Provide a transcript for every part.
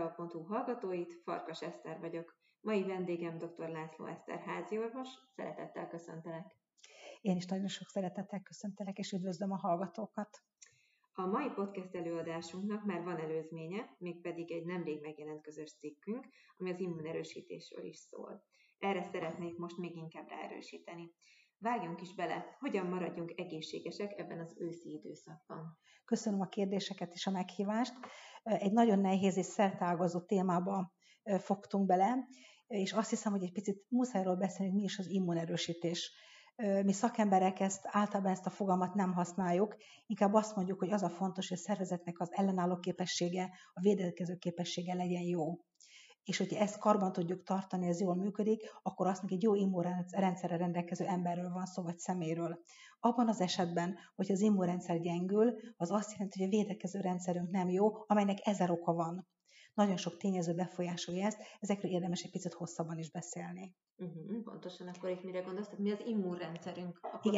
Videa.hu hallgatóit, Farkas Eszter vagyok. Mai vendégem dr. László Eszter háziorvos, szeretettel köszöntelek. Én is nagyon sok szeretettel köszöntelek, és üdvözlöm a hallgatókat. A mai podcast előadásunknak már van előzménye, mégpedig egy nemrég megjelent közös cikkünk, ami az immunerősítésről is szól. Erre szeretnék most még inkább ráerősíteni. Vágjunk is bele, hogyan maradjunk egészségesek ebben az őszi időszakban. Köszönöm a kérdéseket és a meghívást. Egy nagyon nehéz és szerteágazó témába fogtunk bele, és azt hiszem, hogy egy picit muszájról beszélni, mi is az immunerősítés. Mi szakemberek általában ezt a fogalmat nem használjuk, inkább azt mondjuk, hogy az a fontos, hogy a szervezetnek az ellenálló képessége, a védekező képessége legyen jó. És hogyha ezt karban tudjuk tartani, ez jól működik, akkor azt mondjuk egy jó immunrendszerre rendelkező emberről van szó, vagy személyről. Abban az esetben, hogyha az immunrendszer gyengül, az azt jelenti, hogy a védekező rendszerünk nem jó, amelynek 1000 oka van. Nagyon sok tényező befolyásolja ezt, ezekről érdemes egy picit hosszabban is beszélni. Pontosan, akkor itt mire gondolsz? Tehát mi az immunrendszerünk?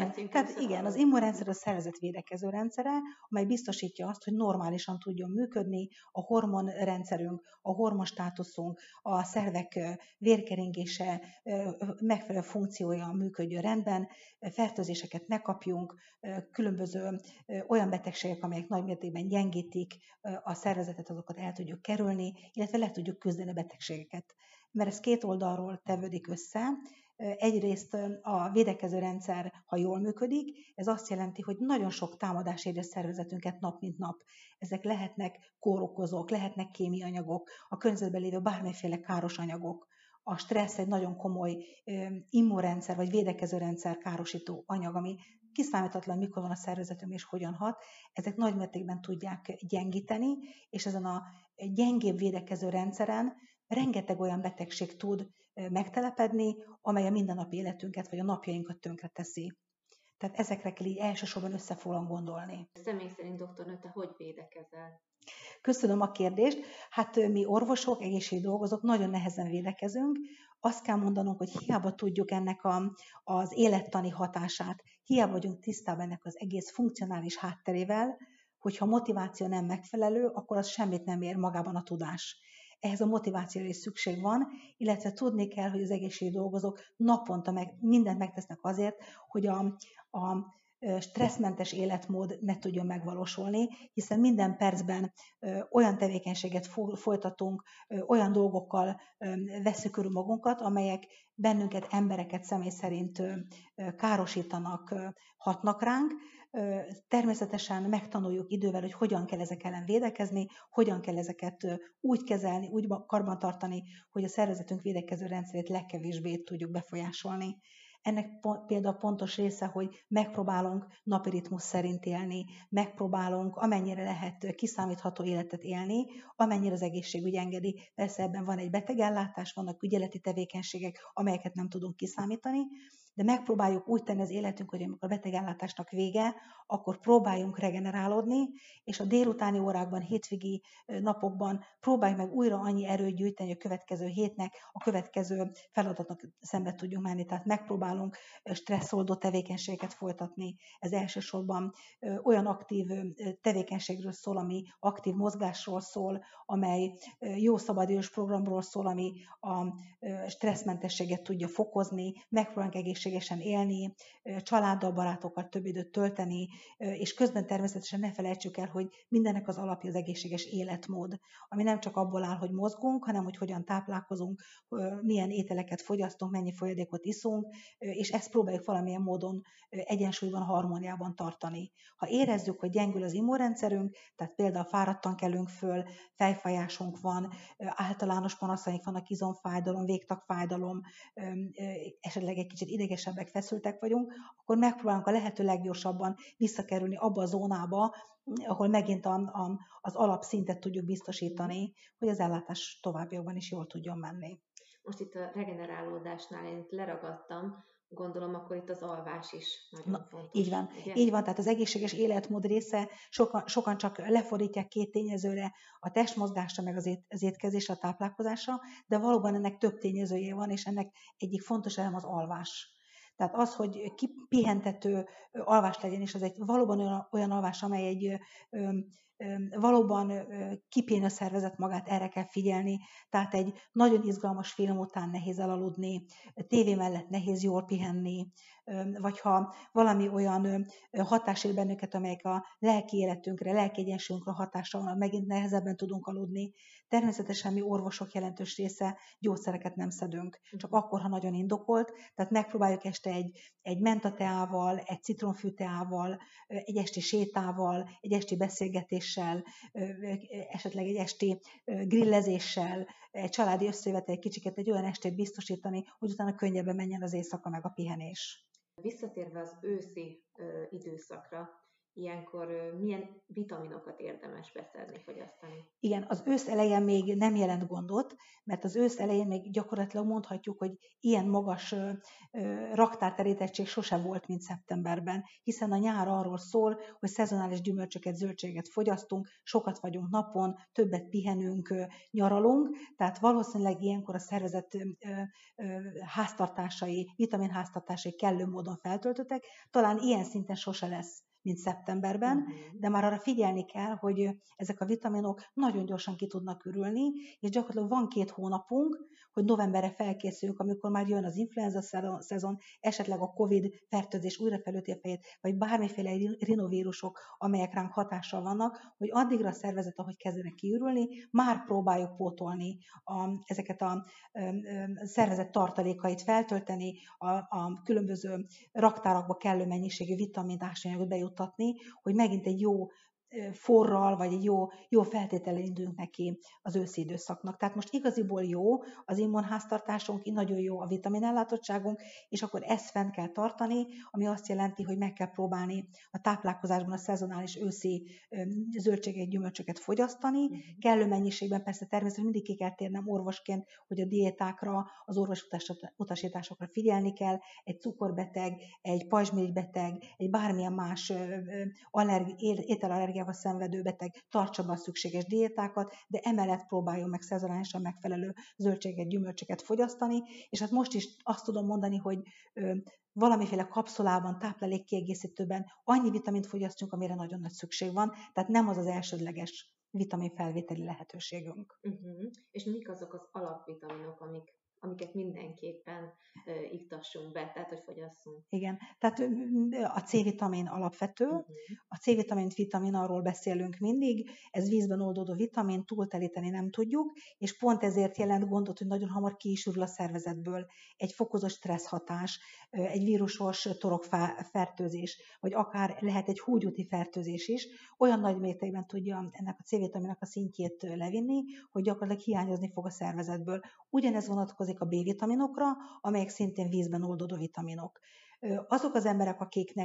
Igen, az immunrendszer a szervezet védekező rendszere, amely biztosítja azt, hogy normálisan tudjon működni a hormonrendszerünk, a hormonstátuszunk, a szervek vérkeringése, megfelelő funkciója működjön rendben, fertőzéseket ne kapjunk, különböző olyan betegségek, amelyek nagy mértékben gyengítik a szervezetet, azokat el tudjuk kerülni, illetve le tudjuk küzdeni a betegségeket. Mert ez két oldalról tevődik össze. Egyrészt a védekező rendszer, ha jól működik, ez azt jelenti, hogy nagyon sok támadás éri a szervezetünket nap mint nap. Ezek lehetnek kórokozók, lehetnek kémiai anyagok, a környezetben lévő bármiféle káros anyagok. A stressz egy nagyon komoly immunrendszer vagy védekező rendszer károsító anyag, ami kiszámíthatatlan, mikor van a szervezetünk és hogyan hat. Ezek nagy mértékben tudják gyengíteni, és ezen a gyengébb védekező rendszeren rengeteg olyan betegség tud megtelepedni, amely a mindennapi életünket vagy a napjainkat tönkreteszi. Tehát ezekre kell így elsősorban összefoglalóan gondolni. Személy szerint, doktornő, te hogy védekezel? Köszönöm a kérdést. Hát mi orvosok, egészségdolgozók nagyon nehezen védekezünk. Azt kell mondanunk, hogy hiába tudjuk ennek az élettani hatását, hiába vagyunk tisztában ennek az egész funkcionális hátterével, hogyha a motiváció nem megfelelő, akkor az semmit nem ér magában a tudás. Ehhez a motivációra is szükség van, illetve tudni kell, hogy az egészségdolgozók naponta mindent megtesznek azért, hogy a stresszmentes életmód ne tudjon megvalósulni, hiszen minden percben olyan tevékenységet folytatunk, olyan dolgokkal vesszük körül magunkat, amelyek bennünket, embereket személy szerint károsítanak, hatnak ránk. Természetesen megtanuljuk idővel, hogy hogyan kell ezek ellen védekezni, hogyan kell ezeket úgy kezelni, úgy karbantartani, hogy a szervezetünk védekező rendszerét legkevésbé tudjuk befolyásolni. Ennek például pontos része, hogy megpróbálunk napi ritmus szerint élni, megpróbálunk amennyire lehet kiszámítható életet élni, amennyire az egészségügy engedi. Persze ebben van egy betegellátás, vannak ügyeleti tevékenységek, amelyeket nem tudunk kiszámítani, de megpróbáljuk úgy tenni az életünk, hogy amikor a betegellátásnak vége, akkor próbáljunk regenerálódni, és a délutáni órákban, hétvégi napokban próbáljuk meg újra annyi erőt gyűjteni, hogy a következő hétnek, a következő feladatnak szembe tudjunk menni. Tehát megpróbálunk stresszoldó tevékenységeket folytatni. Ez elsősorban olyan aktív tevékenységről szól, ami aktív mozgásról szól, amely jó szabadidős programról szól, ami a stresszmentességet tudja fokozni, megpróbálunk egészségesen élni, családdal, barátokkal több időt tölteni, és közben természetesen ne felejtsük el, hogy mindennek az alapja az egészséges életmód, ami nem csak abból áll, hogy mozgunk, hanem hogy hogyan táplálkozunk, milyen ételeket fogyasztunk, mennyi folyadékot iszunk, és ezt próbáljuk valamilyen módon egyensúlyban, harmóniában tartani. Ha érezzük, hogy gyengül az immunrendszerünk, tehát például fáradtan kelünk föl, fejfájásunk van, általános panaszaink vannak, izomfájdalom, végtagfájdalom, esetleg egy kicsit idegesebbek, feszültek vagyunk, akkor megpróbálunk a lehető leggyorsabban visszakerülni abba a zónába, ahol megint az alapszintet tudjuk biztosítani, hogy az ellátás továbbiakban is jól tudjon menni. Most itt a regenerálódásnál én leragadtam, gondolom, akkor itt az alvás is nagyon fontos. Így van, tehát az egészséges életmód része, sokan csak lefordítják két tényezőre, a testmozgásra, meg az étkezésre, a táplálkozásra, de valóban ennek több tényezője van, és ennek egyik fontos elem az alvás. Tehát az, hogy kipihentető alvás legyen, és az egy valóban olyan alvás, amely egy valóban kipihenő a szervezet magát, erre kell figyelni. Tehát egy nagyon izgalmas film után nehéz elaludni, tévé mellett nehéz jól pihenni, vagy ha valami olyan hatás ér bennünket, amelyek a lelki életünkre, lelki egyensúlyunkra hatással van, megint nehezebben tudunk aludni. Természetesen mi orvosok jelentős része gyógyszereket nem szedünk, csak akkor, ha nagyon indokolt, tehát megpróbáljuk este egy mentateával, egy citromfűteával, egy esti sétával, egy esti beszélgetéssel, esetleg egy esti grillezéssel, egy családi összejövetel, egy kicsiket egy olyan estét biztosítani, hogy utána könnyebben menjen az éjszaka meg a pihenés. Visszatérve az őszi időszakra, ilyenkor milyen vitaminokat érdemes beszedni, fogyasztani? Igen, az ősz elején még nem jelent gondot, mert az ősz elején még gyakorlatilag mondhatjuk, hogy ilyen magas raktárterítettség sose volt, mint szeptemberben, hiszen a nyár arról szól, hogy szezonális gyümölcsöket, zöldséget fogyasztunk, sokat vagyunk napon, többet pihenünk, nyaralunk, tehát valószínűleg ilyenkor a szervezet háztartásai, vitaminháztartásai kellő módon feltöltöttek, talán ilyen szinten sose lesz, mint szeptemberben, de már arra figyelni kell, hogy ezek a vitaminok nagyon gyorsan ki tudnak ürülni, és gyakorlatilag van 2 hónapunk, hogy novemberre felkészüljünk, amikor már jön az influenza szezon, esetleg a Covid fertőzés újra felüti a fejét, vagy bármiféle rinovírusok, amelyek ránk hatással vannak, hogy addigra a szervezet, ahogy kezdenek kiürülni, már próbáljuk pótolni ezeket a szervezet tartalékait feltölteni, a különböző raktárakba kellő mennyiségű vitamint, ásványanyagot bejuttatni, hogy megint egy jó forral, vagy egy jó feltétellel induljunk neki az őszi időszaknak. Tehát most igaziból jó az immunháztartásunk, nagyon jó a vitaminellátottságunk, és akkor ezt fent kell tartani, ami azt jelenti, hogy meg kell próbálni a táplálkozásban a szezonális őszi zöldségek, gyümölcsöket fogyasztani. Kellő mennyiségben persze természetesen mindig ki kell térnem orvosként, hogy a diétákra, az orvos utasításokra figyelni kell. Egy cukorbeteg, egy pajzsmirigy-beteg, egy bármilyen más ételallergiával szenvedő beteg tartsa be a szükséges diétákat, de emellett próbáljon meg szezonálisan megfelelő zöldséget, gyümölcsöket fogyasztani, és hát most is azt tudom mondani, hogy valamiféle kapszulában, táplálékkiegészítőben annyi vitamint fogyasztjunk, amire nagyon nagy szükség van, tehát nem az az elsődleges vitaminfelvételi lehetőségünk. És mik azok az alapvitaminok, amiket mindenképpen iktassunk be, tehát hogy fogyasszunk? Igen, tehát a C-vitamin alapvető, a C-vitamin arról beszélünk mindig, ez vízben oldódó vitamin, túltelíteni nem tudjuk, és pont ezért jelent gondot, hogy nagyon hamar ki is ürül a szervezetből egy fokozott stressz hatás, egy vírusos torokfertőzés, vagy akár lehet egy húgyúti fertőzés is, olyan nagy mértékben tudja ennek a C-vitaminnak a szintjét levinni, hogy gyakorlatilag hiányozni fog a szervezetből. Ugyanez vonatkozik a B-vitaminokra, amelyek szintén vízben oldódó vitaminok. Azok az emberek,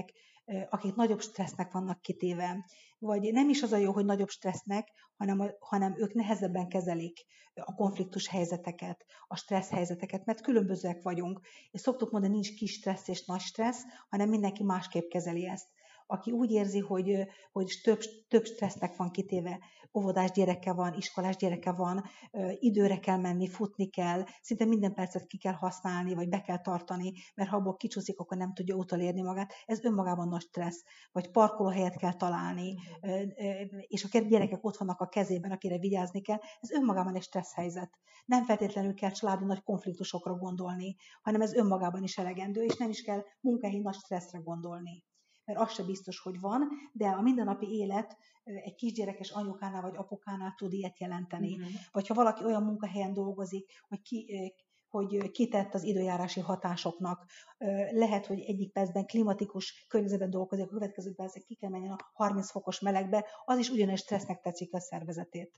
akik nagyobb stressznek vannak kitéve, vagy nem is az a jó, hogy nagyobb stressznek, hanem ők nehezebben kezelik a konfliktus helyzeteket, a stressz helyzeteket, mert különbözőek vagyunk. És szoktuk mondani, nincs kis stressz és nagy stressz, hanem mindenki másképp kezeli ezt. Aki úgy érzi, hogy több stressznek van kitéve, óvodás gyereke van, iskolás gyereke van, időre kell menni, futni kell, szinte minden percet ki kell használni, vagy be kell tartani, mert ha abból kicsúszik, akkor nem tudja utolérni magát. Ez önmagában nagy stressz. Vagy parkolóhelyet kell találni, és a gyerekek ott vannak a kezében, akire vigyázni kell. Ez önmagában egy stressz helyzet. Nem feltétlenül kell családi nagy konfliktusokra gondolni, hanem ez önmagában is elegendő, és nem is kell munkahelyi nagy stresszre gondolni. Mert az se biztos, hogy van, de a mindennapi élet egy kisgyerekes anyukánál vagy apukánál tud ilyet jelenteni. Vagy ha valaki olyan munkahelyen dolgozik, hogy kitett az időjárási hatásoknak. Lehet, hogy egyik percben klimatikus környezetben dolgozik, a következő percben ki kell menjen a 30 fokos melegbe, az is ugyanez stressznek tetszik a szervezetét.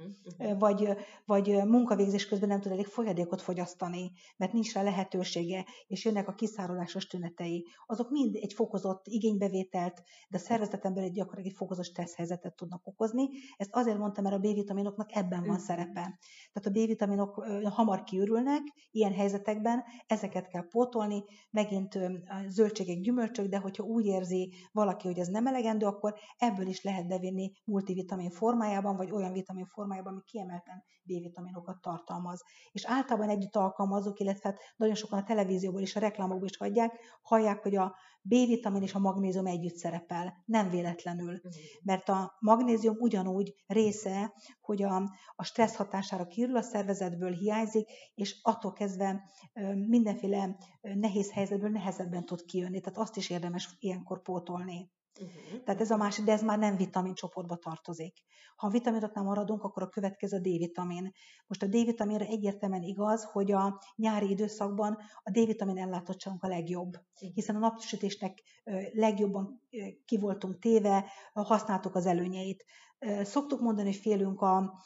Vagy munkavégzés közben nem tud elég folyadékot fogyasztani, mert nincs rá lehetősége, és jönnek a kiszárolásos tünetei. Azok mind egy fokozott igénybevételt, de a szervezeten belül gyakorlatilag egy fokozott stressz helyzetet tudnak okozni. Ezt azért mondtam, mert a B-vitaminoknak ebben van szerepe. Tehát a B-vitaminok hamar kiürülnek, ilyen helyzetekben ezeket kell pótolni, megint zöldségek, gyümölcsök, de hogyha úgy érzi valaki, hogy ez nem elegendő, akkor ebből is lehet bevinni multivitamin formájában, vagy olyan vitamin formájában, ami kiemelten B-vitaminokat tartalmaz. És általában együtt alkalmazok, illetve hát nagyon sokan a televízióból és a reklámokból is hallják, hogy a B-vitamin és a magnézium együtt szerepel. Nem véletlenül. Mert a magnézium ugyanúgy része, hogy a stressz hatására kiürül a szervezetből, hiányzik, és attól kezdve mindenféle nehéz helyzetből nehezebben tud kijönni. Tehát azt is érdemes ilyenkor pótolni. Tehát ez a másik, de ez már nem vitamin csoportba tartozik. Ha a vitaminoknál maradunk, akkor a következő a D-vitamin. Most a D-vitaminra egyértelműen igaz, hogy a nyári időszakban a D-vitamin ellátottságunk a legjobb, hiszen a napsütésnek legjobban ki voltunk téve, használtuk az előnyeit. Szoktuk mondani, hogy félünk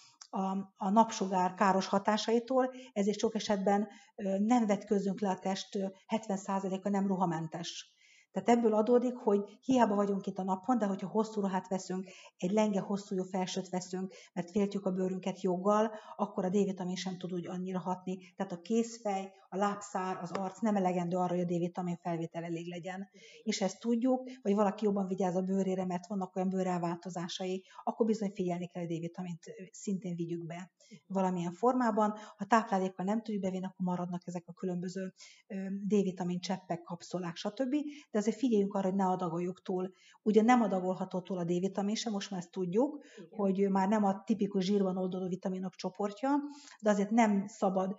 a napsugár káros hatásaitól, ezért sok esetben nem vetkőzzünk le a test 70%-a nem ruhamentes. Tehát ebből adódik, hogy hiába vagyunk itt a napon, de hogyha hosszú ruhát veszünk, egy lenge hosszújú felsőt veszünk, mert féltjük a bőrünket joggal, akkor a D-vitamin sem tud úgy annyira hatni. Tehát a kézfej, a lábszár, az arc nem elegendő arra, hogy a D-vitamin felvétel elég legyen. És ezt tudjuk, vagy valaki jobban vigyáz a bőrére, mert vannak olyan bőrelváltozásai, akkor bizony figyelni kell, hogy a D-vitamint szintén vigyük be valamilyen formában. Ha táplálékkal nem tudjuk bevinni, akkor maradnak ezek a különböző D-vitamin cseppek, kapszulák, stb. De azért figyeljünk arra, hogy ne adagoljuk túl. Ugye nem adagolható túl a D-vitamin sem, most már ezt tudjuk, hogy már nem a tipikus zsírban oldódó vitaminok csoportja, de azért nem szabad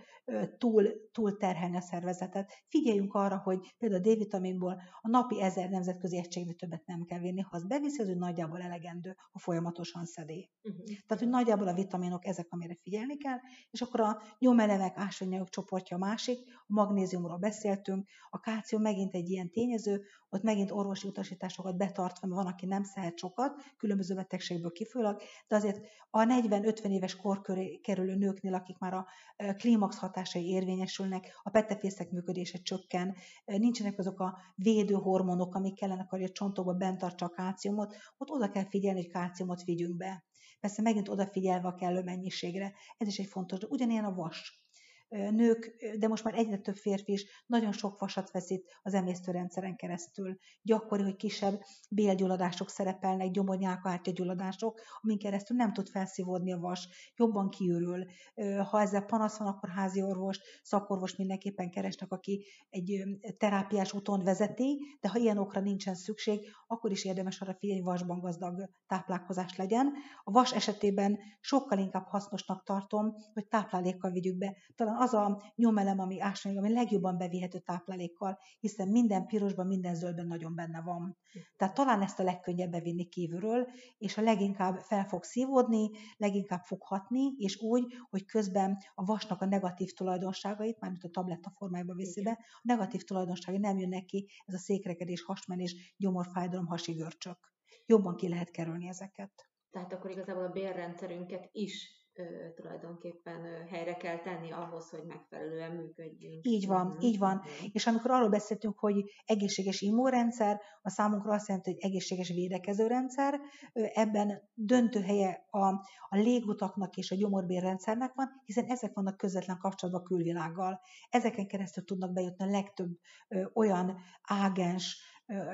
túl terhelni a szervezetet. Figyeljünk arra, hogy például a D-vitaminból a napi 1000 nemzetközi egységnél többet nem kell vinni, ha azt beviszi, az úgy nagyjából elegendő, ha folyamatosan szedi. Tehát, hogy nagyjából a vitaminok ezek, amire figyelni kell, és akkor a nyomelemek, ásványanyagok csoportja a másik, a magnéziumról beszéltünk, a kálcium megint egy ilyen tényező, ott megint orvosi utasításokat betartva, mert van, aki nem szeret sokat, különböző betegségből kifolyólag, de azért a 40-50 éves kor köré kerülő nőknél, akik már a klímax hatásai érvényesülnek, a petefészek működése csökken, nincsenek azok a védőhormonok, amik kellenek, hogy a csontokba bent tartsa a kálciumot, ott oda kell figyelni, hogy kálciumot vigyünk be. Persze megint odafigyelve a kellő mennyiségre, ez is egy fontos, de ugyanilyen a vas. Nők, de most már egyre több férfi is nagyon sok vasat veszít az emésztőrendszeren keresztül. Gyakori, hogy kisebb bélgyulladások szerepelnek, gyomornyálkahártyagyulladások, amin keresztül nem tud felszívódni a vas, jobban kiürül. Ha ezzel panasz van, akkor házi orvost, szakorvost mindenképpen keresnek, aki egy terápiás úton vezeti, de ha ilyen okra nincsen szükség, akkor is érdemes arra figyelni, hogy vasban gazdag táplálkozás legyen. A vas esetében sokkal inkább hasznosnak tartom, hogy táplálékkal vigyük be. Talán az a nyomelem, ami ásványanyag, ami legjobban bevihető táplálékkal, hiszen minden pirosban, minden zöldben nagyon benne van. Tehát talán ezt a legkönnyebb bevinni kívülről, és a leginkább fel fog szívódni, leginkább fog hatni, és úgy, hogy közben a vasnak a negatív tulajdonságait, mármint a tabletta formájában viszi be, a negatív tulajdonságai nem jönnek ki, ez a székrekedés, hasmenés, gyomorfájdalom, hasi görcsök. Jobban ki lehet kerülni ezeket. Tehát akkor igazából a bélrendszerünket is tulajdonképpen helyre kell tenni ahhoz, hogy megfelelően működjünk. Így van, így van. És amikor arról beszéltünk, hogy egészséges immunrendszer, a számunkra azt jelenti, hogy egészséges védekezőrendszer, ebben döntő helye a légutaknak és a gyomorbélrendszernek van, hiszen ezek vannak közvetlen kapcsolatban a külvilággal. Ezeken keresztül tudnak bejutni a legtöbb olyan ágens,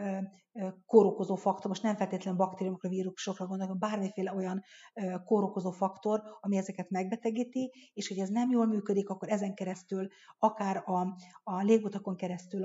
kórokozó faktor, most nem feltétlenül baktériumokra, vírusokra gondolok, bármiféle olyan kórokozó faktor, ami ezeket megbetegíti, és hogy ez nem jól működik, akkor ezen keresztül, akár a légutakon keresztül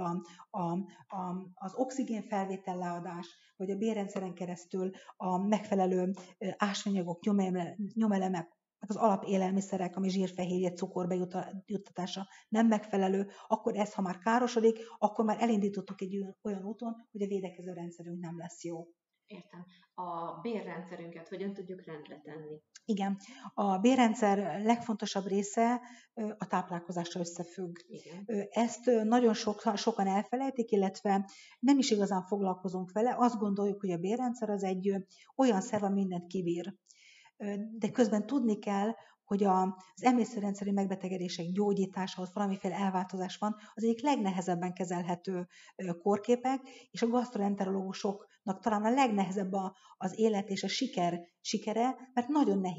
az oxigén felvétel leadás, vagy a bélrendszeren keresztül a megfelelő ásványanyagok, nyomelemek, az alapélelmiszerek, ami zsírfehérje, cukor bejuttatása nem megfelelő, akkor ez, ha már károsodik, akkor már elindítottuk egy olyan úton, hogy a védekező rendszerünk nem lesz jó. Értem. A bélrendszerünket hogyan tudjuk rendre tenni? Igen. A bélrendszer legfontosabb része a táplálkozással összefügg. Igen. Ezt nagyon sokan elfelejtik, illetve nem is igazán foglalkozunk vele. Azt gondoljuk, hogy a bélrendszer az egy olyan szerv, ami mindent kibír. De közben tudni kell, hogy az emésztőrendszeri megbetegedések gyógyításához valamiféle elváltozás van, az egyik legnehezebben kezelhető kórképek, és a gasztroenterológusoknak talán a legnehezebb az élet és a sikere, mert nagyon nehéz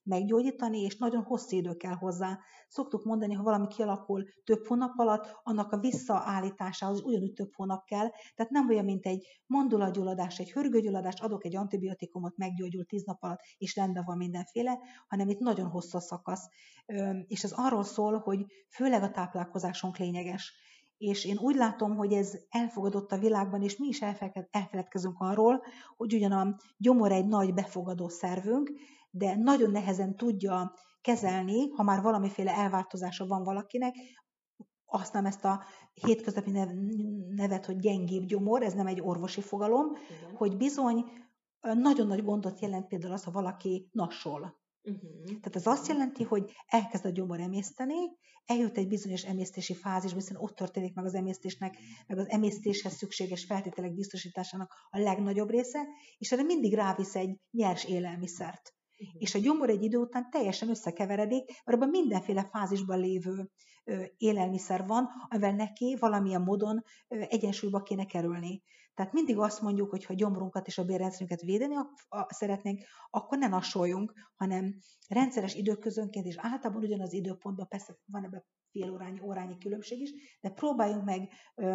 meggyógyítani, és nagyon hosszú idő kell hozzá. Szoktuk mondani, ha valami kialakul több hónap alatt, annak a visszaállításához ugyanúgy több hónap kell. Tehát nem olyan, mint egy mandulagyulladás, egy hörgőgyulladás, adok egy antibiotikumot, meggyógyul 10 nap alatt, és rendben van mindenféle, hanem itt nagyon hosszú a szakasz. És ez arról szól, hogy főleg a táplálkozásunk lényeges. És én úgy látom, hogy ez elfogadott a világban, és mi is elfeledkezünk arról, hogy ugyan a gyomor egy nagy befogadó szervünk, de nagyon nehezen tudja kezelni, ha már valamiféle elváltozása van valakinek, használom ezt a hétköznapi nevet, hogy gyengébb gyomor, ez nem egy orvosi fogalom, igen. Hogy bizony nagyon nagy gondot jelent például az, ha valaki nassol. Tehát ez azt jelenti, hogy elkezd a gyomor emészteni, eljut egy bizonyos emésztési fázisba, hiszen ott történik meg az emésztésnek, meg az emésztéshez szükséges feltételek biztosításának a legnagyobb része, és erre mindig rávisz egy nyers élelmiszert. És a gyomor egy idő után teljesen összekeveredik, mert abban mindenféle fázisban lévő élelmiszer van, amivel neki valamilyen módon egyensúlyba kéne kerülni. Tehát mindig azt mondjuk, hogy ha a gyomrunkat és a bélrendszerünket védeni szeretnénk, akkor ne nassoljunk, hanem rendszeres időközönként, és általában ugyanaz időpontban, persze van ebben órányi különbség is, de próbáljunk meg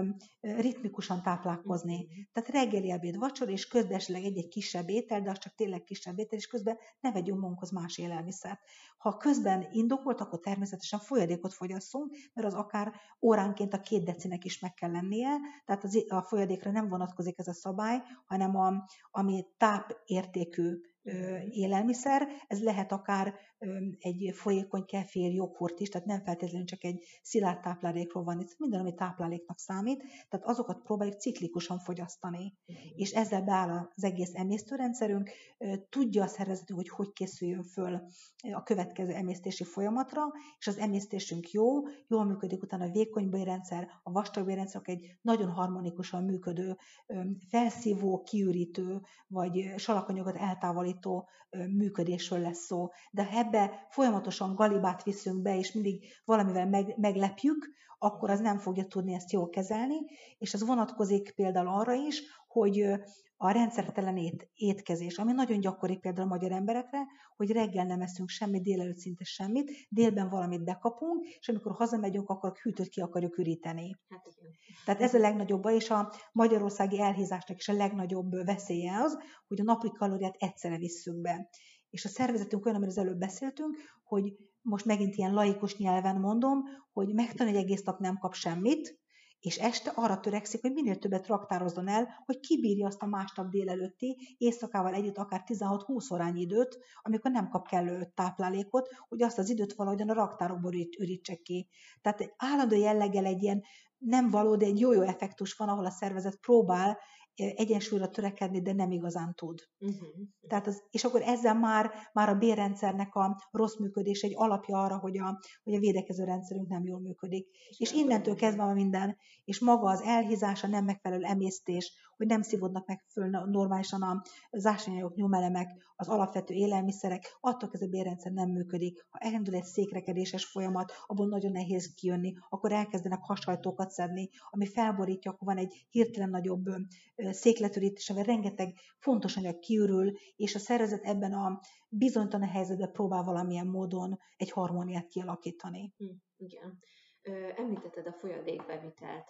ritmikusan táplálkozni. Tehát reggeli, ebéd, vacsora, és közben esetleg egy kisebb étel, de az csak tényleg kisebb étel, és közben ne vegyünk magunkhoz más élelmiszert. Ha közben indokolt, akkor természetesen folyadékot fogyasszunk, mert az akár óránként a 2 decinek is meg kell lennie, tehát a folyadékra nem vonatkozik ez a szabály, hanem ami tápértékű élelmiszer, ez lehet akár egy folyékony kefir, joghurt is, tehát nem feltétlenül csak egy szilárd táplálékról van itt, minden, ami tápláléknak számít, tehát azokat próbáljuk ciklikusan fogyasztani. És ezzel beáll az egész emésztőrendszerünk, tudja a szervezetünk, hogy készüljön föl a következő emésztési folyamatra, és az emésztésünk jól működik, utána a vékony bélrendszer, a vastag bélrendszer egy nagyon harmonikusan működő, felszívó, kiürítő, vagy salakanyagot eltávolító működésről lesz szó. De ha ebbe folyamatosan galibát viszünk be, és mindig valamivel meglepjük, akkor az nem fogja tudni ezt jól kezelni, és ez vonatkozik például arra is, hogy a rendszertelen étkezés, ami nagyon gyakori például a magyar emberekre, hogy reggel nem eszünk semmit, délelőtt szinte semmit, délben valamit bekapunk, és amikor hazamegyünk, akkor a hűtőt ki akarjuk üríteni. Tehát ez a legnagyobb baj, és a magyarországi elhízásnak is a legnagyobb veszélye az, hogy a napi kalóriát egyszerre visszük be. És a szervezetünk olyan, amiről az előbb beszéltünk, hogy most megint ilyen laikus nyelven mondom, hogy megtanul, hogy egész nap nem kap semmit, és este arra törekszik, hogy minél többet raktározzon el, hogy kibírja azt a másnap délelőtti, éjszakával együtt akár 16-20 órányi időt, amikor nem kap kellő táplálékot, hogy azt az időt valahogyan a raktárokból ürítse ki. Tehát állandó jelleggel egy ilyen nem valódi, egy jó-jó effektus van, ahol a szervezet próbál egyensúlyra törekedni, de nem igazán tud. Tehát és akkor ezzel már a bélrendszernek a rossz működés egy alapja arra, hogy a védekező rendszerünk nem jól működik. És innentől kezdve van minden, és maga az elhízás, a nem megfelelő emésztés, hogy nem szívódnak meg föl normálisan az ásványanyagok, nyomelemek, az alapvető élelmiszerek, attól kezdve a bélrendszer nem működik. Ha elindul egy székrekedéses folyamat, abból nagyon nehéz kijönni, akkor elkezdenek hasajtókat szedni, ami felborítja, akkor van egy hirtelen nagyobb székletörítés, amivel rengeteg fontos anyag kiürül, és a szervezet ebben a bizonytalan helyzetben próbál valamilyen módon egy harmóniát kialakítani. Igen. Említetted a folyadékbevitelt.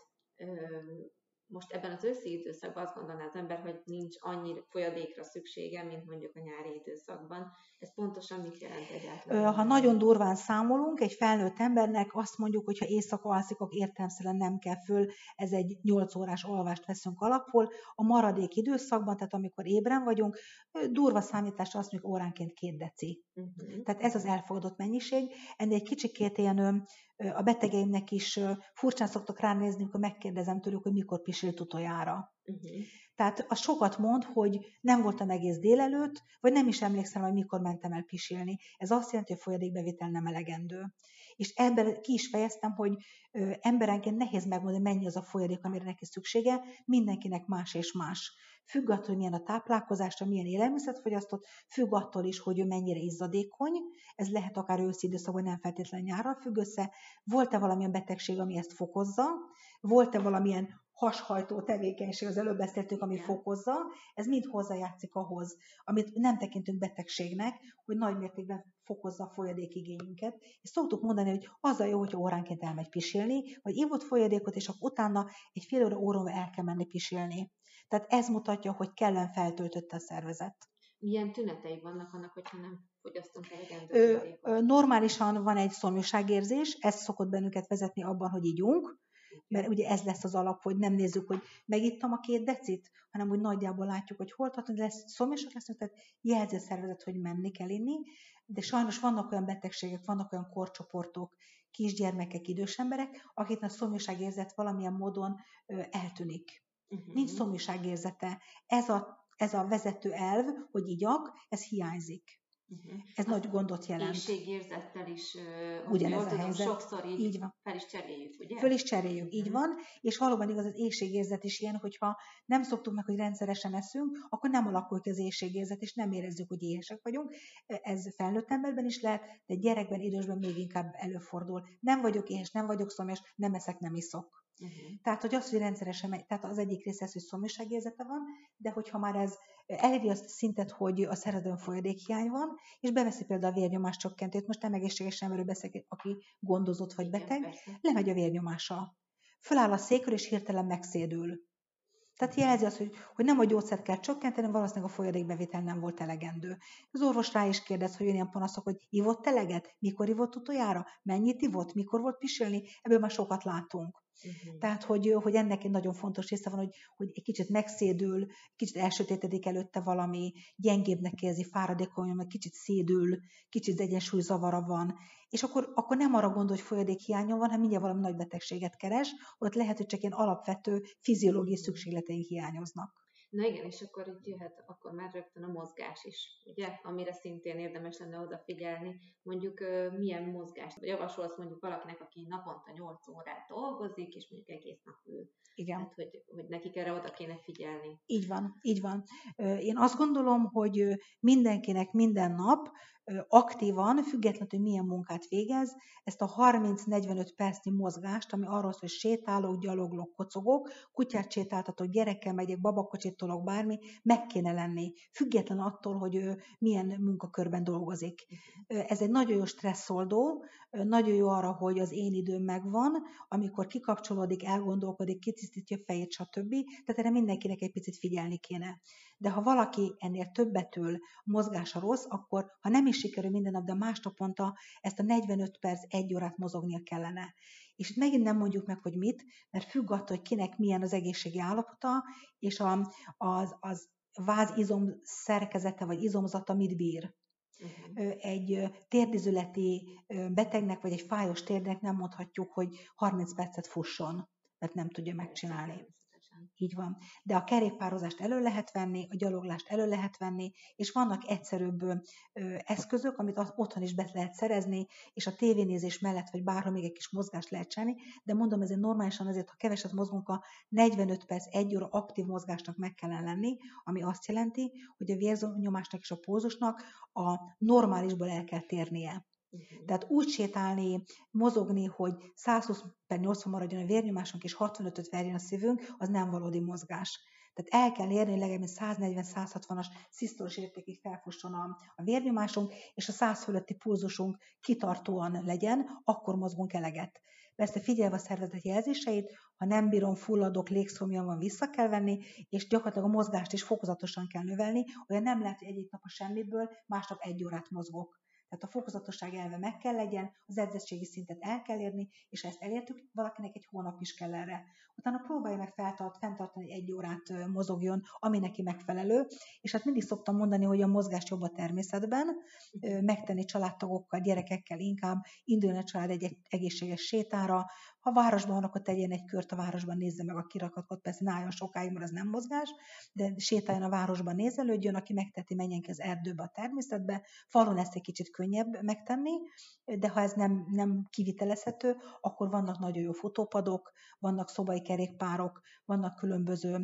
Most ebben az őszi időszakban azt gondolná az ember, hogy nincs annyi folyadékra szüksége, mint mondjuk a nyári időszakban. Ez pontosan mit jelent egyáltalán? Ha nagyon durván számolunk, egy felnőtt embernek azt mondjuk, hogy ha éjszaka alszik, akkor értelemszerűen nem kell föl, ez egy 8 órás alvást veszünk alapul. A maradék időszakban, tehát amikor ébren vagyunk, durva számításra azt mondjuk óránként 2 deci. Tehát ez az elfogadott mennyiség. Ennél egy kicsikét ilyen a betegeimnek is furcsán szoktak ránézni, amikor megkérdezem tőlük, hogy mikor pisilt utoljára. Tehát az sokat mond, hogy nem voltam egész délelőtt, vagy nem is emlékszem, hogy mikor mentem el pisilni. Ez azt jelenti, hogy a folyadékbevitel nem elegendő. És ebben ki is fejeztem, hogy emberenként nehéz megmondani, mennyi az a folyadék, amire neki szüksége, mindenkinek más és más. Függ attól, hogy milyen a táplálkozása, milyen élelmiszert fogyasztott, függ attól is, hogy ő mennyire izzadékony, ez lehet akár őszi időszakban, nem feltétlenül nyárral függ össze, volt-e valamilyen betegség, ami ezt fokozza, volt-e valamilyen hashajtó tevékenység, az előbb beszéltük, ami fokozza, ez mind hozzájátszik ahhoz, amit nem tekintünk betegségnek, hogy nagy mértékben fokozza a folyadékigényünket. És szoktuk mondani, hogy az a jó, hogy óránként elmegy pisilni, vagy ivott folyadékot, és akkor utána egy fél óra el kell menni pisilni. Tehát ez mutatja, hogy kellően feltöltötte a szervezet. Milyen tünetei vannak annak, hogyha nem fogyasztunk elegendő folyadékot? Normálisan van egy szomjúságérzés, ez szokott bennünket vezetni abban, hogy ígyunk, mert ugye ez lesz az alap, hogy nem nézzük, hogy megittam a 2 decit, hanem úgy nagyjából látjuk, hogy hol tart, lesz, szomjasak leszünk, tehát jelzi a szervezet, hogy menni kell inni, de sajnos vannak olyan betegségek, vannak olyan korcsoportok, kisgyermekek, idős emberek, akiknek a szomjúságérzet valamilyen módon eltűnik. Nincs szomjúságérzete. Ez a vezető elv, hogy igyak, ez hiányzik. Ez nagy gondot jelent. Éhségérzettel is, ugyanez a helyzet. Sokszor így van. Fel is cseréljük, ugye? Föl is cseréljük, így van. És valóban igaz, az éhségérzet is ilyen, hogyha nem szoktuk meg, hogy rendszeresen eszünk, akkor nem alakul ki az éhségérzet, és nem érezzük, hogy éhesek vagyunk. Ez felnőtt emberben is lehet, de gyerekben, idősben még inkább előfordul. Nem vagyok éhes, nem vagyok szomjas, nem eszek, nem iszok. Tehát, hogy az, hogy rendszeresen megy, tehát az egyik része ez, hogy szomjúságérzete van, de hogyha már ez eléri azt a szintet, hogy a szervezetben folyadékhiány van, és beveszi például a vérnyomás csökkentőt, most nem egészséges emberről beszélek, aki gondozott vagy beteg, lemegy a vérnyomása. Föláll a székről, és hirtelen megszédül. Tehát jelzi azt, hogy nem a gyógyszert kell csökkenteni, valószínűleg a folyadékbevétel nem volt elegendő. Az orvos rá is kérdez, hogy ilyen panaszok, hogy ivott eleget, mikor ivott utoljára, mennyit ivott, mikor volt pisilni, ebből már sokat látunk. Tehát, hogy ennek egy nagyon fontos része van, hogy egy kicsit megszédül, kicsit elsötétedik előtte valami, gyengébbnek érzi, fáradékony, kicsit szédül, kicsit egyensúlyzavara van, és akkor nem arra gondol, hogy folyadékhiányon van, hanem mindjárt valami nagy betegséget keres, ott lehet, hogy csak ilyen alapvető fiziológiai szükségleteink hiányoznak. Na igen, és akkor itt jöhet akkor már rögtön a mozgás is, ugye? Amire szintén érdemes lenne odafigyelni. Mondjuk milyen mozgást javasolsz mondjuk valakinek, aki naponta 8 órát dolgozik, és mondjuk egész nap ül. Igen. Hát, hogy nekik erre oda kéne figyelni. Így van, így van. Én azt gondolom, hogy mindenkinek minden nap aktívan, függetlenül, hogy milyen munkát végez, ezt a 30-45 percnyi mozgást, ami arról szól, hogy sétálok, gyaloglok, kocogok, kutyát sétáltatok, gyerekkel megyek, babakocsit tolok, bármi, meg kéne lenni, független attól, hogy ő milyen munkakörben dolgozik. Ez egy nagyon jó stresszoldó, nagyon jó arra, hogy az én időm megvan, amikor kikapcsolódik, elgondolkodik, kitisztítja a fejét, stb. Tehát erre mindenkinek egy picit figyelni kéne. De ha valaki ennél többetől mozgása rossz, akkor ha nem is sikerül minden nap, de másnaponta ezt a 45 perc, 1 órát mozognia kellene. És itt megint nem mondjuk meg, hogy mit, mert függ attól, hogy kinek milyen az egészségi állapota, és az vázizom szerkezete vagy izomzata mit bír. Egy térdizületi betegnek, vagy egy fájos térdnek nem mondhatjuk, hogy 30 percet fusson, mert nem tudja megcsinálni. Így van. De a kerékpározást elő lehet venni, a gyaloglást elő lehet venni, és vannak egyszerűbb eszközök, amit otthon is be lehet szerezni, és a tévénézés mellett, vagy bárhol még egy kis mozgást lehet csinálni, de mondom, ezért normálisan azért, ha keveset mozgunk, a 45 perc, 1 óra aktív mozgásnak meg kellene lenni, ami azt jelenti, hogy a vérnyomásnak és a pózusnak a normálisból el kell térnie. Tehát úgy sétálni, mozogni, hogy 120/80 maradjon a vérnyomásunk, és 65-öt verjen a szívünk, az nem valódi mozgás. Tehát el kell érni, hogy legalább 140-160-as szisztolos értékig felfusson a vérnyomásunk, és a 100 fölötti pulzusunk kitartóan legyen, akkor mozgunk eleget. Persze figyelve a szervezet jelzéseit, ha nem bírom, fulladok, légszomjam van, vissza kell venni, és gyakorlatilag a mozgást is fokozatosan kell növelni, olyan nem lehet, hogy egyik nap a semmiből, másnap 1 órát mozgok. Tehát a fokozatosság elve meg kell legyen, az edzettségi szintet el kell érni, és ha ezt elértük, valakinek 1 hónap is kell erre. Utána próbálja meg fenntartani, 1 órát mozogjon, ami neki megfelelő, és hát mindig szoktam mondani, hogy a mozgás jobb a természetben, megtenni családtagokkal, gyerekekkel inkább, indulni a család egy egészséges sétára, ha városban van, akkor tegyen egy kört a városban, nézze meg a kirakatot, persze ne álljon sokáig, mert az nem mozgás, de sétáljon a városban, nézelődjön, aki megteti, menjen ki az erdőbe, a természetbe, falon ezt egy kicsit könnyebb megtenni, de ha ez nem kivitelezhető, akkor vannak nagyon jó futópadok, vannak szobai kerékpárok, vannak különböző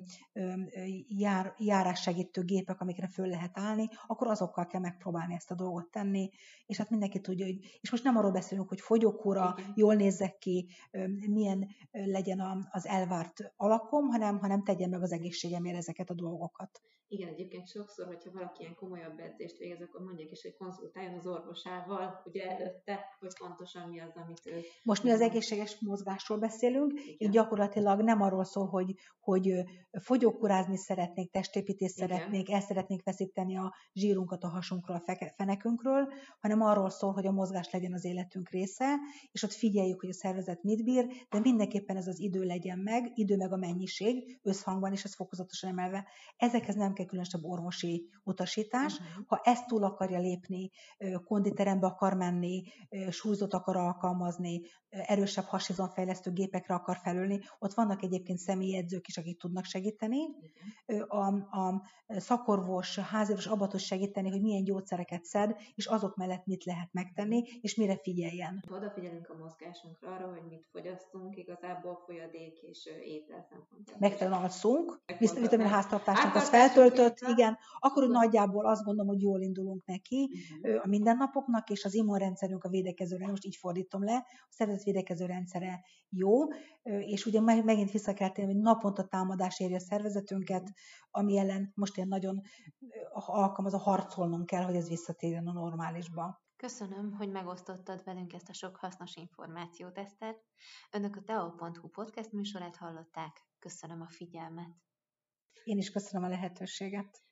járássegítő gépek, amikre föl lehet állni, akkor azokkal kell megpróbálni ezt a dolgot tenni, és hát mindenki tudja, hogy, és most nem arról beszélünk, hogy fogyókúra, jól nézzek ki, milyen legyen az elvárt alakom, hanem tegyen meg az egészségemért ezeket a dolgokat. Igen, egyébként sokszor, hogyha valaki ilyen komolyabb edzést végez, akkor mondják is, hogy konzultáljon az orvosával, ugye előtte, hogy pontosan mi az, amit ő... Most mi az egészséges mozgásról beszélünk, így gyakorlatilag nem arról szól, hogy fogyókúrázni szeretnék, testépítést szeretnék, el szeretnék veszíteni a zsírunkat a hasunkról, a fenekünkről, hanem arról szól, hogy a mozgás legyen az életünk része, és ott figyeljük, hogy a szervezet mit bír, de mindenképpen ez az idő legyen meg, idő meg a mennyiség összhangban, és ez fokozatosan emelve. Ezekhez nem kell különösebb orvosi utasítás. Ha ezt túl akarja lépni, konditerembe akar menni, súlyzót akar alkalmazni, erősebb hasizomfejlesztő gépekre akar felülni, ott vannak egyébként személyedzők is, akik tudnak segíteni. A szakorvos, házorvos abban tud segíteni, hogy milyen gyógyszereket szed, és azok mellett mit lehet megtenni, és mire figyeljen. Odafigyelünk a mozgásunkra, arra, hogy mit fogyasztunk, igazából folyadék és étel szempontjából. Megfelelően alszunk, vitamin háztartásunk az feltöltött, igen, akkor úgy nagyjából azt gondolom, hogy jól indulunk neki a mindennapoknak, és az immunrendszerünk, a védekező, most így fordítom le, a szervezet védekező rendszere jó, és ugye megint vissza kell térni, hogy naponta támadás éri a szervezetünket, ami ellen most ilyen nagyon alkalmazva harcolnunk kell, hogy ez visszatérjen a normálisba. Köszönöm, hogy megosztottad velünk ezt a sok hasznos információt, Eszter. Önök a teo.hu podcast műsorát hallották. Köszönöm a figyelmet. Én is köszönöm a lehetőséget.